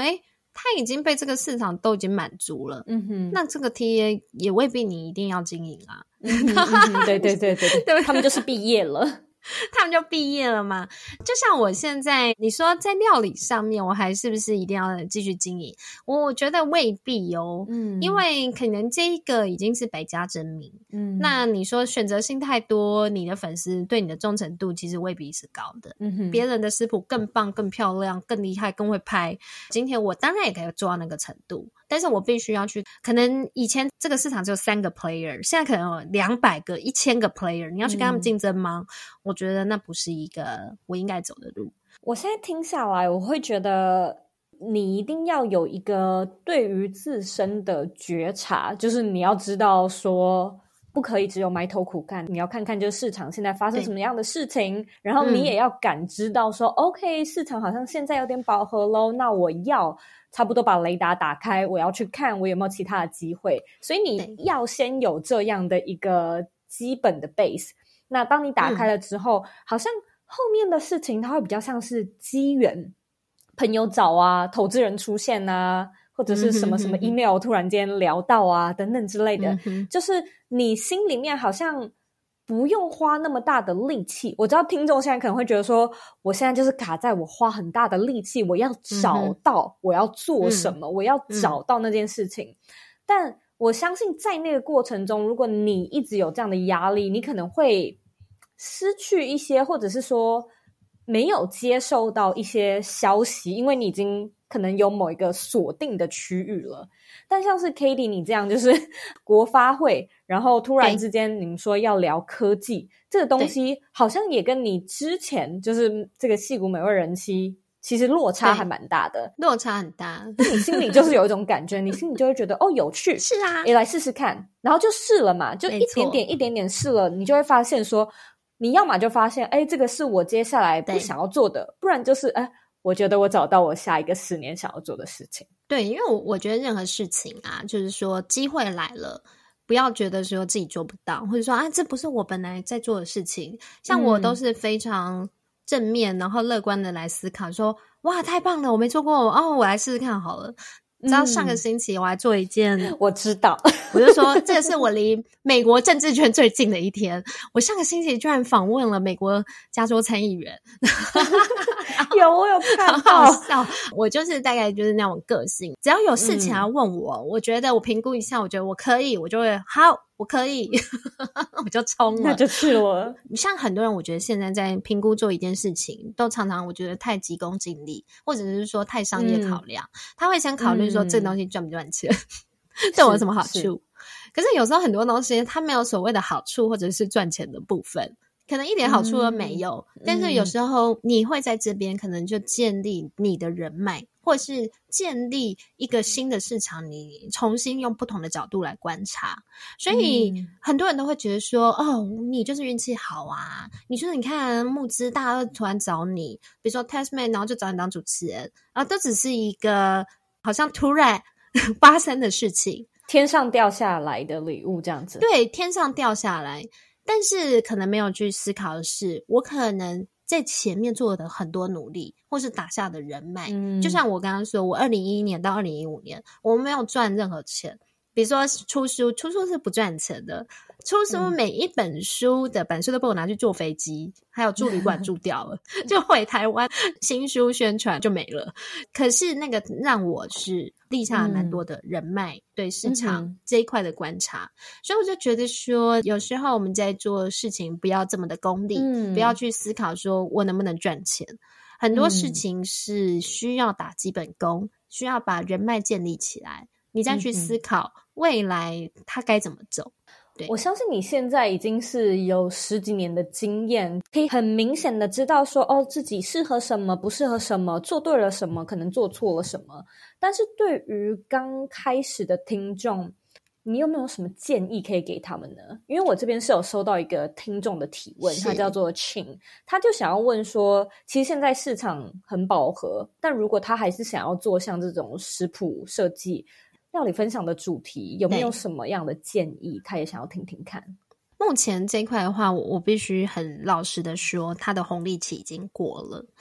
S2: 他已经被这个市场都已经满足了，那这个 TA 也未必你一定要经营啊。
S3: 对对对对对，他们就是毕业了。
S2: 他们就毕业了嘛。就像我现在你说在料理上面我还是不是一定要继续经营，我觉得未必哦。因为可能这一个已经是百家争鸣，那你说选择性太多，你的粉丝对你的忠诚度其实未必是高的。别人的食谱更棒更漂亮更厉害更会拍，今天我当然也可以做到那个程度，但是我必须要去，可能以前这个市场只有3个 player， 现在可能有200个1000个 player， 你要去跟他们竞争吗？我觉得那不是一个我应该走的路。
S3: 我现在听下来我会觉得你一定要有一个对于自身的觉察，就是你要知道说不可以只有埋头苦干，你要看看就是市场现在发生什么样的事情，然后你也要感知到说OK 市场好像现在有点饱和咯，那我要差不多把雷达打开，我要去看我有没有其他的机会，所以你要先有这样的一个基本的 base。 那当你打开了之后，好像后面的事情它会比较像是机缘，朋友找啊，投资人出现啊，或者是什么什么 email 突然间聊到啊等等之类的，就是你心里面好像不用花那么大的力气。我知道听众现在可能会觉得说我现在就是卡在我花很大的力气，我要找到我要做什么，我要找到那件事情，但我相信在那个过程中，如果你一直有这样的压力，你可能会失去一些，或者是说没有接受到一些消息，因为你已经可能有某一个锁定的区域了。但像是 Katie 你这样就是国发会，然后突然之间你们说要聊科技，这个东西好像也跟你之前就是这个矽谷美味人妻其实落差还蛮大的，
S2: 落差很大。
S3: 你心里就是有一种感觉，你心里就会觉得哦有趣，
S2: 是啊，
S3: 也来试试看，然后就试了嘛，就一点点一点点试了，你就会发现说，你要嘛就发现这个是我接下来不想要做的，不然就是我觉得我找到我下一个10年想要做的事情。
S2: 对，因为我觉得任何事情啊，就是说机会来了，不要觉得说自己做不到，或者说这不是我本来在做的事情。像我都是非常正面然后乐观的来思考说，哇太棒了，我没做过我来试试看好了。你知道上个星期我还做一件
S3: 我知道
S2: 我就说这个是我离美国政治圈最近的一天，我上个星期居然访问了美国加州参议员
S3: 我有看到，
S2: 好笑。我就是大概就是那种个性，只要有事情要问我觉得我评估一下，我觉得我可以，我就会好我可以我就冲了，
S3: 那就去了。
S2: 像很多人我觉得现在在评估做一件事情都常常我觉得太急功近利，或者是说太商业考量，他会先考虑说这个东西赚不赚钱对我有什么好处。可是有时候很多东西它没有所谓的好处或者是赚钱的部分，可能一点好处都没有，但是有时候你会在这边可能就建立你的人脉，或是建立一个新的市场，你重新用不同的角度来观察。所以很多人都会觉得说你就是运气好啊，你说你看募资大家都突然找你，比如说 Testman 然后就找你当主持人，然后都只是一个好像突然发生的事情，
S3: 天上掉下来的礼物这样子。
S2: 对，天上掉下来，但是可能没有去思考的是，我可能在前面做的很多努力，或是打下的人脉。就像我刚刚说，我2011年到2015年，我没有赚任何钱。比如说出书是不赚钱的，出书每一本书的版税都被我拿去坐飞机，还有住旅馆住掉了就回台湾新书宣传就没了。可是那个让我是立下了蛮多的人脉，对市场这一块的观察。所以我就觉得说，有时候我们在做事情不要这么的功利，不要去思考说我能不能赚钱。很多事情是需要打基本功，需要把人脉建立起来，你再去思考未来它该怎么走。对，
S3: 我相信你现在已经是有10几年的经验，可以很明显的知道说自己适合什么不适合什么，做对了什么可能做错了什么。但是对于刚开始的听众，你有没有什么建议可以给他们呢？因为我这边是有收到一个听众的提问，他叫做 Chin， 他就想要问说，其实现在市场很饱和，但如果他还是想要做像这种食谱设计料理分享的主题，有没有什么样的建议他也想要听听看？
S2: 目前这一块的话，我必须很老实的说，它的红利期已经过了。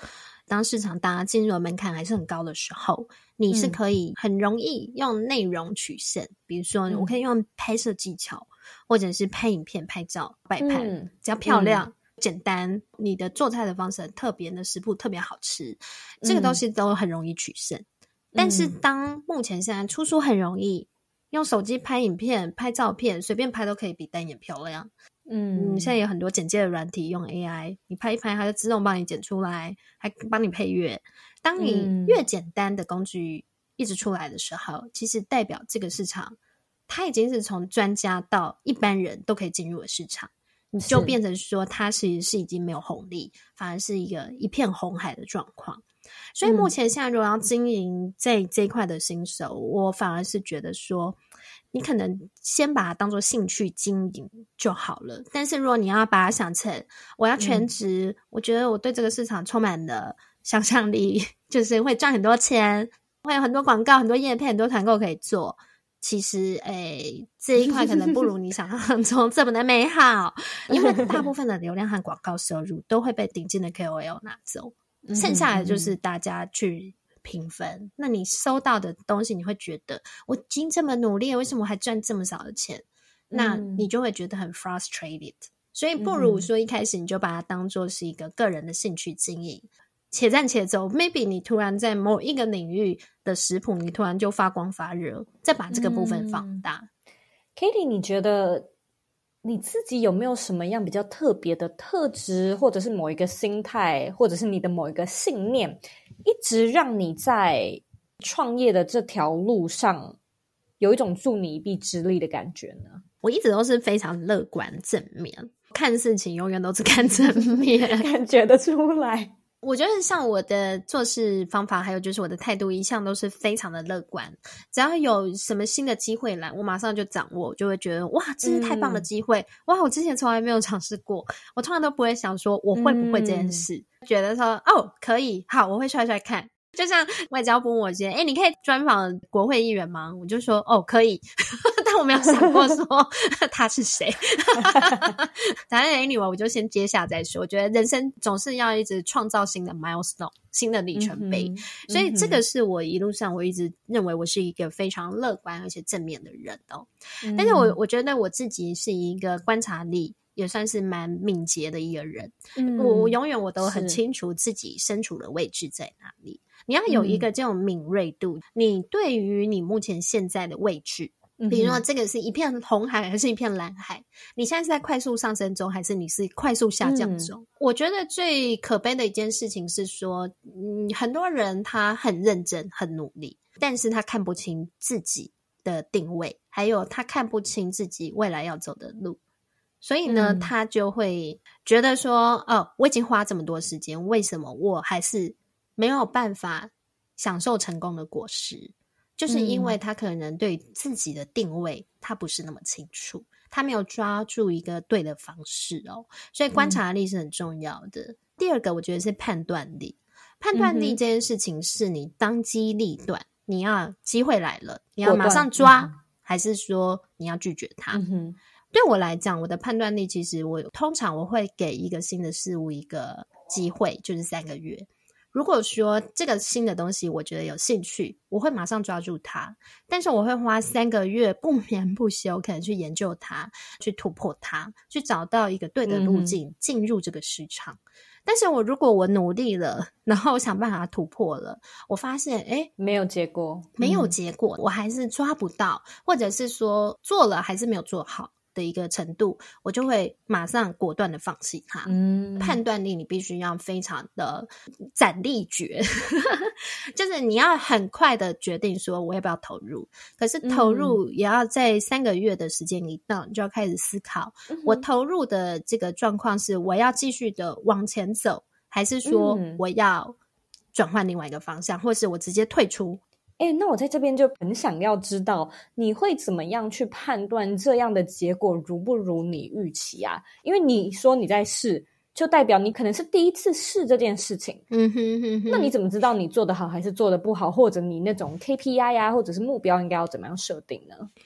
S2: 当市场大家进入的门槛还是很高的时候，你是可以很容易用内容取胜，比如说我可以用拍摄技巧，或者是拍影片、拍照、摆盘，只要漂亮、简单，你的做菜的方式很特别，你的食谱特别好吃，这个东西都很容易取胜。但是当目前现在出书很容易，用手机拍影片、拍照片，随便拍都可以比单眼漂亮。现在有很多剪接的软体用 AI， 你拍一拍它就自动帮你剪出来，还帮你配乐。当你越简单的工具一直出来的时候，其实代表这个市场它已经是从专家到一般人都可以进入的市场，你就变成说它其实是已经没有红利，反而是一片红海的状况。所以目前现在如果要经营这一块的新手，我反而是觉得说你可能先把它当作兴趣经营就好了。但是如果你要把它想成我要全职，我觉得我对这个市场充满了想象力，就是会赚很多钱，会有很多广告、很多业配、很多团购可以做。其实这一块可能不如你想象中这么的美好，因为大部分的流量和广告收入都会被顶尖的 KOL 拿走，剩下来就是大家去评分。那你收到的东西你会觉得我已经这么努力了，为什么我还赚这么少的钱？那你就会觉得很 frustrated。 所以不如说一开始你就把它当作是一个个人的兴趣经营，且战且走。 maybe 你突然在某一个领域的食谱你突然就发光发热，再把这个部分放大。
S3: Katie 你觉得你自己有没有什么样比较特别的特质，或者是某一个心态，或者是你的某一个信念，一直让你在创业的这条路上有一种助你一臂之力的感觉呢？
S2: 我一直都是非常乐观正面，看事情永远都是看正面
S3: 感觉得出来。
S2: 我觉得像我的做事方法还有就是我的态度一向都是非常的乐观，只要有什么新的机会来我马上就掌握，就会觉得哇这是太棒的机会，哇我之前从来没有尝试过，我通常都不会想说我会不会这件事，觉得说哦可以，好我会try看。就像外交部我觉得你可以专访国会议员吗？我就说哦可以但我没有想过说他是谁反正anyway我就先接下再说。我觉得人生总是要一直创造新的 milestone， 新的里程碑，所以这个是我一路上我一直认为我是一个非常乐观而且正面的人哦。但是我觉得我自己是一个观察力也算是蛮敏捷的一个人，我永远我都很清楚自己身处的位置在哪里。你要有一个这种敏锐度，你对于你目前现在的位置，比如说这个是一片红海还是一片蓝海，你现在是在快速上升中还是你是快速下降中。我觉得最可悲的一件事情是说很多人他很认真很努力，但是他看不清自己的定位，还有他看不清自己未来要走的路，所以呢他就会觉得说我已经花这么多时间，为什么我还是没有办法享受成功的果实，就是因为他可能对自己的定位他不是那么清楚，他没有抓住一个对的方式哦。所以观察力是很重要的。第二个我觉得是判断力，判断力这件事情是你当机立断，你要机会来了你要马上抓，还是说你要拒绝它。对我来讲我的判断力其实通常我会给一个新的事物一个机会，就是3个月。如果说这个新的东西我觉得有兴趣，我会马上抓住它，但是我会花3个月不眠不休可能去研究它，去突破它，去找到一个对的路径进入这个市场。但是如果我努力了，然后我想办法突破了，我发现
S3: 没有结果，
S2: 我还是抓不到，或者是说做了还是没有做好的一个程度，我就会马上果断的放弃它。判断力你必须要非常的斩立决就是你要很快的决定说我要不要投入，可是投入也要在3个月的时间一到，你就要开始思考我投入的这个状况是我要继续的往前走，还是说我要转换另外一个方向，或是我直接退出。
S3: 那我在这边就很想要知道你会怎么样去判断这样的结果如不如你预期啊？因为你说你在试，就代表你可能是第一次试这件事情。那你怎么知道你做得好还是做得不好，或者你那种 KPI 啊或者是目标应该要怎么样设定呢？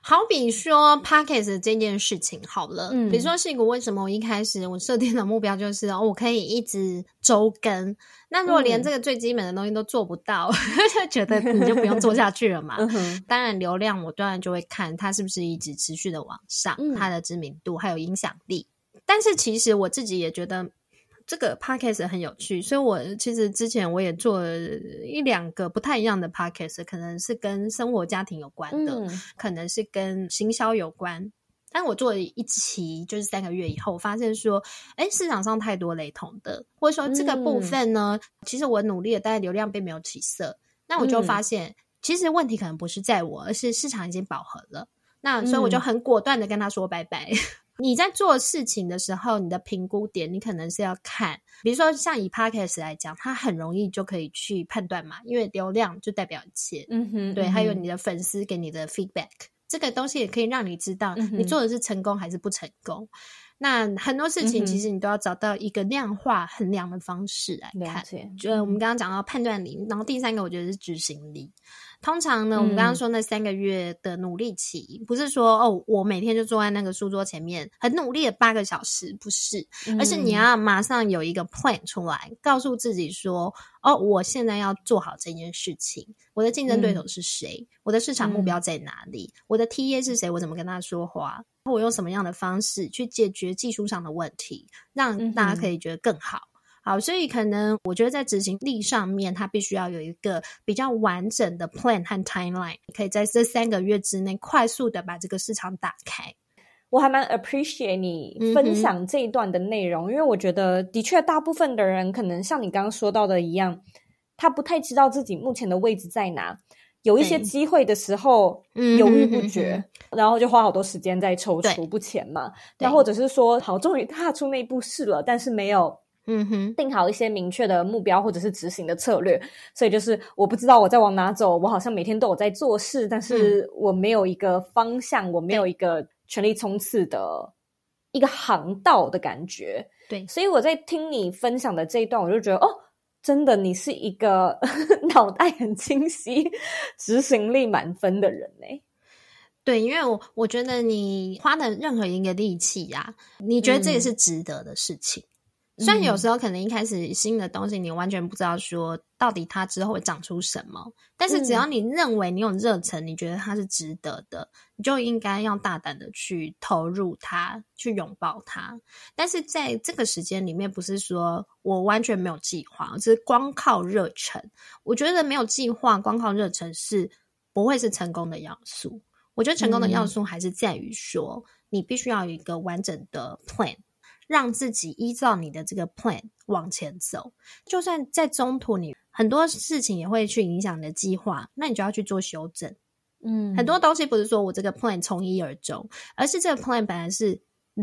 S2: 好比说 Podcast 这件事情好了，比如说矽谷为什么我一开始我设定的目标就是我可以一直周更，那如果连这个最基本的东西都做不到就觉得你就不用做下去了嘛当然流量我当然就会看它是不是一直持续的往上它的知名度还有影响力，但是其实我自己也觉得这个 podcast 很有趣，所以我其实之前我也做了1-2个不太一样的 podcast， 可能是跟生活家庭有关的可能是跟行销有关，但我做了一期就是3个月以后，我发现说市场上太多雷同的，或者说这个部分呢其实我努力了，但流量并没有起色，那我就发现其实问题可能不是在我，而是市场已经饱和了，那所以我就很果断的跟他说拜拜你在做事情的时候，你的评估点你可能是要看，比如说像以 podcast 来讲，它很容易就可以去判断嘛，因为流量就代表一切对还有你的粉丝给你的 feedback， 这个东西也可以让你知道你做的是成功还是不成功那很多事情其实你都要找到一个量化衡量的方式来看我们刚刚讲到判断力，然后第3个我觉得是执行力。通常呢我们刚刚说那3个月的努力期不是说我每天就坐在那个书桌前面很努力的8个小时，不是而是你要马上有一个 plan 出来，告诉自己说我现在要做好这件事情，我的竞争对手是谁我的市场目标在哪里我的 TA 是谁，我怎么跟他说话，我用什么样的方式去解决技术上的问题，让大家可以觉得更好好，所以可能我觉得在执行力上面它必须要有一个比较完整的 plan 和 timeline， 可以在这3个月之内快速的把这个市场打开。
S3: 我还蛮 appreciate 你分享这一段的内容因为我觉得的确大部分的人可能像你刚刚说到的一样，他不太知道自己目前的位置在哪，有一些机会的时候犹豫不决然后就花好多时间在踌躇不前嘛，那或者是说好终于踏出那一步试了，但是没有定好一些明确的目标或者是执行的策略，所以就是我不知道我在往哪走，我好像每天都有在做事，但是我没有一个方向，我没有一个全力冲刺的一个航道的感觉。
S2: 对，
S3: 所以我在听你分享的这一段我就觉得真的你是一个脑袋很清晰执行力满分的人耶。
S2: 对，因为我觉得你花的任何一个力气你觉得这也是值得的事情虽然有时候可能一开始新的东西你完全不知道说到底它之后会长出什么，但是只要你认为你有热忱你觉得它是值得的，你就应该要大胆的去投入它，去拥抱它。但是在这个时间里面不是说我完全没有计划，只是光靠热忱，我觉得没有计划光靠热忱是不会是成功的要素。我觉得成功的要素还是在于说你必须要有一个完整的 plan，让自己依照你的这个 plan 往前走，就算在中途你很多事情也会去影响你的计划，那你就要去做修正。很多东西不是说我这个 plan 从一而终，而是这个 plan 本来是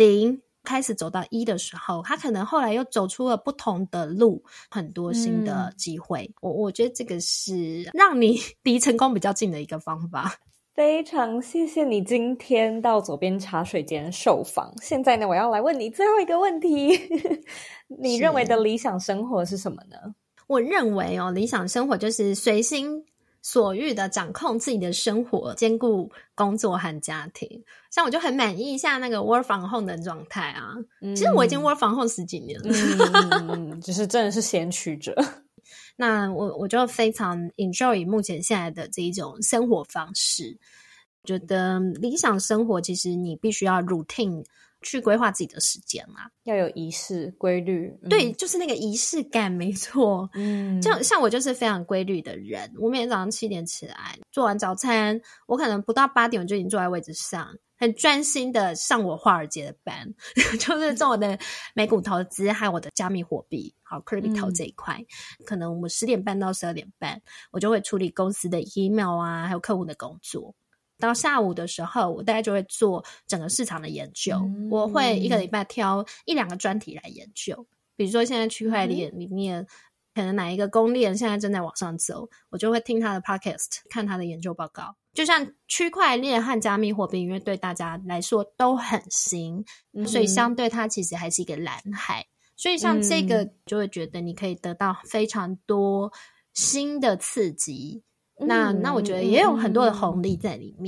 S2: 0开始走到1的时候，它可能后来又走出了不同的路，很多新的机会。我觉得这个是让你离成功比较近的一个方法。
S3: 非常谢谢你今天到左边茶水间受访。现在呢，我要来问你最后一个问题你认为的理想生活是什么呢？
S2: 我认为理想生活就是随心所欲的掌控自己的生活，兼顾工作和家庭。像我就很满意一下那个 work from home 的状态啊。其实我已经 work from home 10几年了
S3: 就是真的是先驱者。
S2: 那我就非常 enjoy 目前现在的这一种生活方式。觉得理想生活其实你必须要 routine 去规划自己的时间啦，
S3: 要有仪式规律。
S2: 对，就是那个仪式感，没错。就像我就是非常规律的人，我每天早上7点起来做完早餐，我可能不到8点我就已经坐在位置上，很专心的上我华尔街的班就是做我的美股投资还有我的加密货币好 crypto 这一块。可能我10点半到12点半我就会处理公司的 email 啊还有客户的工作，到下午的时候我大概就会做整个市场的研究。我会一个礼拜挑1-2个专题来研究，比如说现在区块链里面可能哪一个公链现在正在往上走，我就会听他的 podcast 看他的研究报告。就像区块链和加密货币因为对大家来说都很新，所以相对它其实还是一个蓝海，所以像这个就会觉得你可以得到非常多新的刺激。那我觉得也有很多的红利在里面。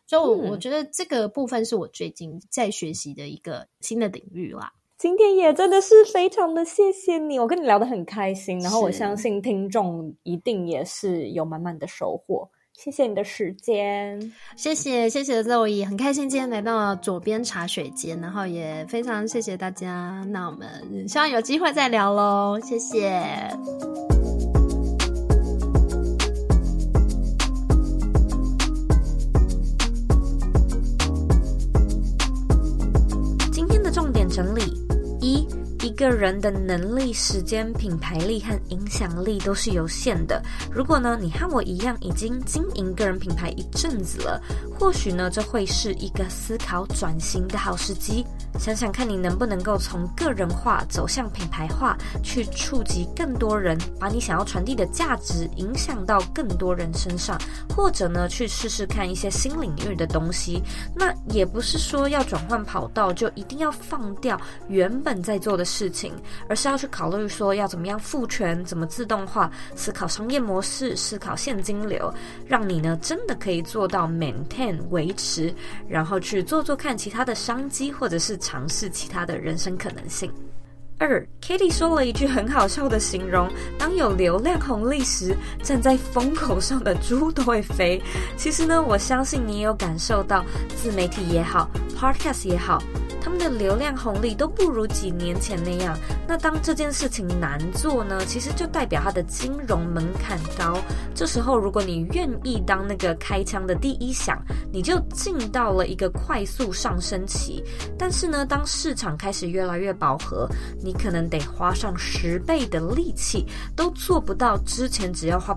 S2: 就我觉得这个部分是我最近在学习的一个新的领域啦。
S3: 今天也真的是非常的谢谢你，我跟你聊得很开心，然后我相信听众一定也是有满满的收获。谢谢你的时间。
S2: 谢谢 Zoe， 很开心今天来到左边茶水间，然后也非常谢谢大家，那我们希望有机会再聊咯，谢谢。
S1: 今天的重点整理：一个人的能力、时间、品牌力和影响力都是有限的。如果呢，你和我一样已经经营个人品牌一阵子了，或许呢，这会是一个思考转型的好时机。想想看你能不能够从个人化走向品牌化，去触及更多人，把你想要传递的价值影响到更多人身上，或者呢，去试试看一些新领域的东西。那也不是说要转换跑道就一定要放掉原本在做的事情，而是要去考虑说要怎么样赋权，怎么自动化，思考商业模式，思考现金流，让你呢真的可以做到 maintain 维持，然后去做看其他的商机，或者是尝试其他的人生可能性。Katie 说了一句很好笑的形容，当有流量红利时，站在风口上的猪都会飞。其实呢，我相信你也有感受到，自媒体也好， Podcast 也好，他们的流量红利都不如几年前那样。那当这件事情难做呢，其实就代表它的金融门槛高。这时候如果你愿意当那个开枪的第一响，你就进到了一个快速上升期。但是呢，当市场开始越来越饱和，你可能得花上10倍的力气，都做不到之前只要花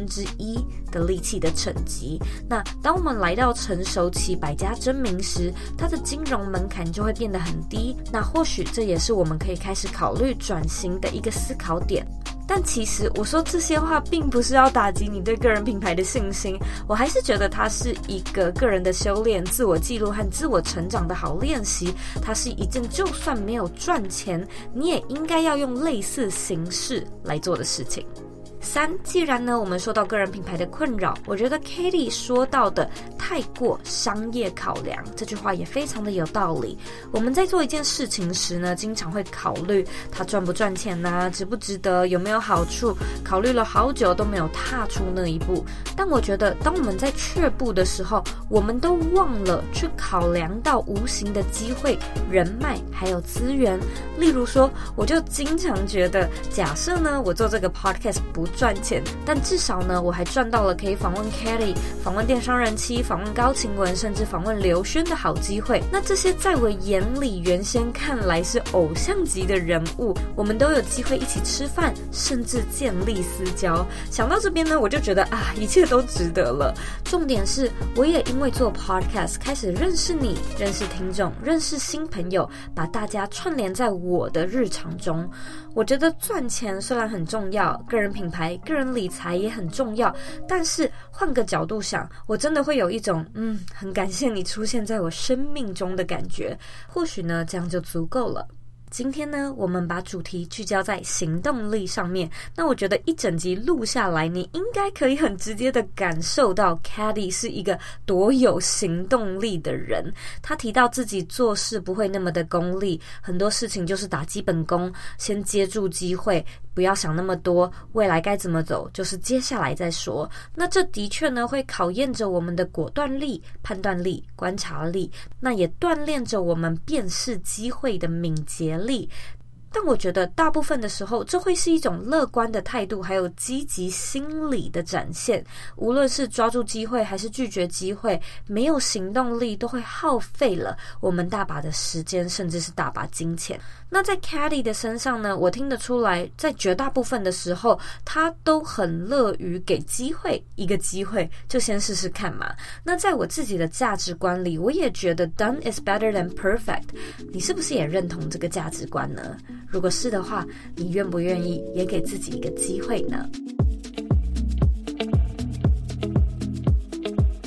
S1: 1%的力气的成绩。那当我们来到成熟期百家争鸣时，它的金融门槛就会变得很低。那或许这也是我们可以开始考虑转型的一个思考点。但其实我说这些话并不是要打击你对个人品牌的信心，我还是觉得它是一个个人的修炼、自我记录和自我成长的好练习。它是一件就算没有赚钱，你也应该要用类似形式来做的事情。既然呢我们说到个人品牌的困扰，我觉得 Katie 说到的太过商业考量这句话也非常的有道理。我们在做一件事情时呢，经常会考虑它赚不赚钱啊，值不值得，有没有好处，考虑了好久都没有踏出那一步。但我觉得当我们在却步的时候，我们都忘了去考量到无形的机会、人脉还有资源。例如说，我就经常觉得，假设呢我做这个 podcast 不赚钱，但至少呢我还赚到了可以访问 Katie、访问电商人妻、访问高晴雯，甚至访问刘轩的好机会。那这些在我眼里原先看来是偶像级的人物，我们都有机会一起吃饭，甚至建立私交。想到这边呢，我就觉得一切都值得了。重点是我也因为做 podcast 开始认识你，认识听众，认识新朋友，把大家串联在我的日常中。我觉得赚钱虽然很重要，个人品牌、个人理财也很重要，但是换个角度想，我真的会有一种很感谢你出现在我生命中的感觉。或许呢，这样就足够了。今天呢，我们把主题聚焦在行动力上面。那我觉得一整集录下来，你应该可以很直接的感受到 Katie 是一个多有行动力的人。他提到自己做事不会那么的功利，很多事情就是打基本功，先接住机会，不要想那么多，未来该怎么走，就是接下来再说。那这的确呢，会考验着我们的果断力、判断力、观察力，那也锻炼着我们辨识机会的敏捷力。但我觉得大部分的时候，这会是一种乐观的态度，还有积极心理的展现。无论是抓住机会还是拒绝机会，没有行动力都会耗费了我们大把的时间，甚至是大把金钱。那在 Katie 的身上呢，我听得出来，在绝大部分的时候，他都很乐于给机会，一个机会就先试试看嘛。那在我自己的价值观里，我也觉得 done is better than perfect。你是不是也认同这个价值观呢？如果是的话，你愿不愿意也给自己一个机会呢？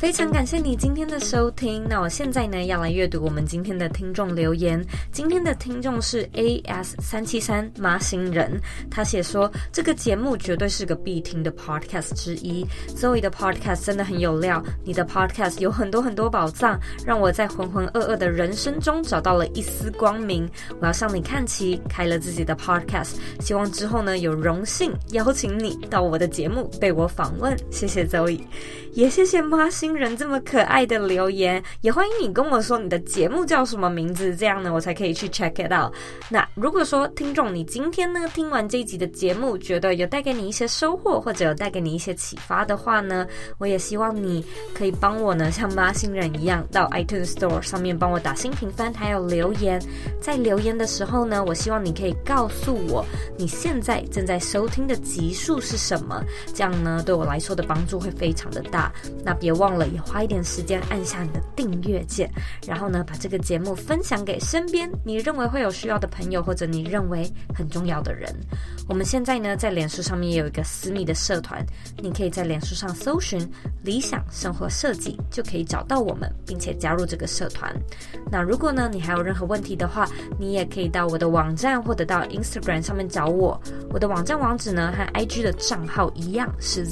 S1: 非常感谢你今天的收听。那我现在呢要来阅读我们今天的听众留言。今天的听众是 AS373 麻星人，他写说这个节目绝对是个必听的 podcast 之一。Zoe 的 podcast 真的很有料，你的 podcast 有很多很多宝藏，让我在浑浑噩噩的人生中找到了一丝光明。我要向你看齐，开了自己的 podcast， 希望之后呢有荣幸邀请你到我的节目被我访问。谢谢 Zoe， 也谢谢麻星人这么可爱的留言，也欢迎你跟我说你的节目叫什么名字，这样呢我才可以去 check it out。 那如果说听众你今天呢听完这一集的节目，觉得有带给你一些收获，或者有带给你一些启发的话呢，我也希望你可以帮我呢像麻星人一样到 iTunes Store 上面帮我打新评分还有留言。在留言的时候呢，我希望你可以告诉我你现在正在收听的集数是什么，这样呢对我来说的帮助会非常的大。那别忘了也花一点时间按下你的订阅键，然后呢把这个节目分享给身边你认为会有需要的朋友，或者你认为很重要的人。我们现在呢在脸书上面也有一个私密的社团，你可以在脸书上搜寻理想生活设计，就可以找到我们并且加入这个社团。那如果呢你还有任何问题的话，你也可以到我的网站或者到 Instagram 上面找我。我的网站网址呢和 IG 的账号一样是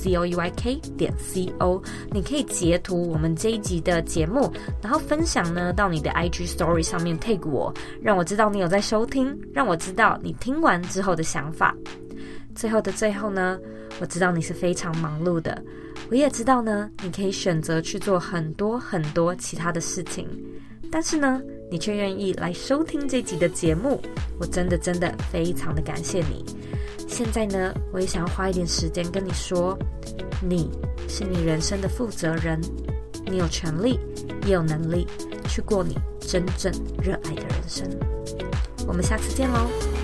S1: zoeyk.co， 你可以截图我们这一集的节目，然后分享呢到你的 IG Story 上面 tag 我，让我知道你有在收听，让我知道你听完之后的想法。最后的最后呢，我知道你是非常忙碌的，我也知道呢你可以选择去做很多很多其他的事情，但是呢你却愿意来收听这集的节目，我真的非常的感谢你。现在呢我也想要花一点时间跟你说，你是你人生的负责人，你有权利也有能力去过你真正热爱的人生。我们下次见咯。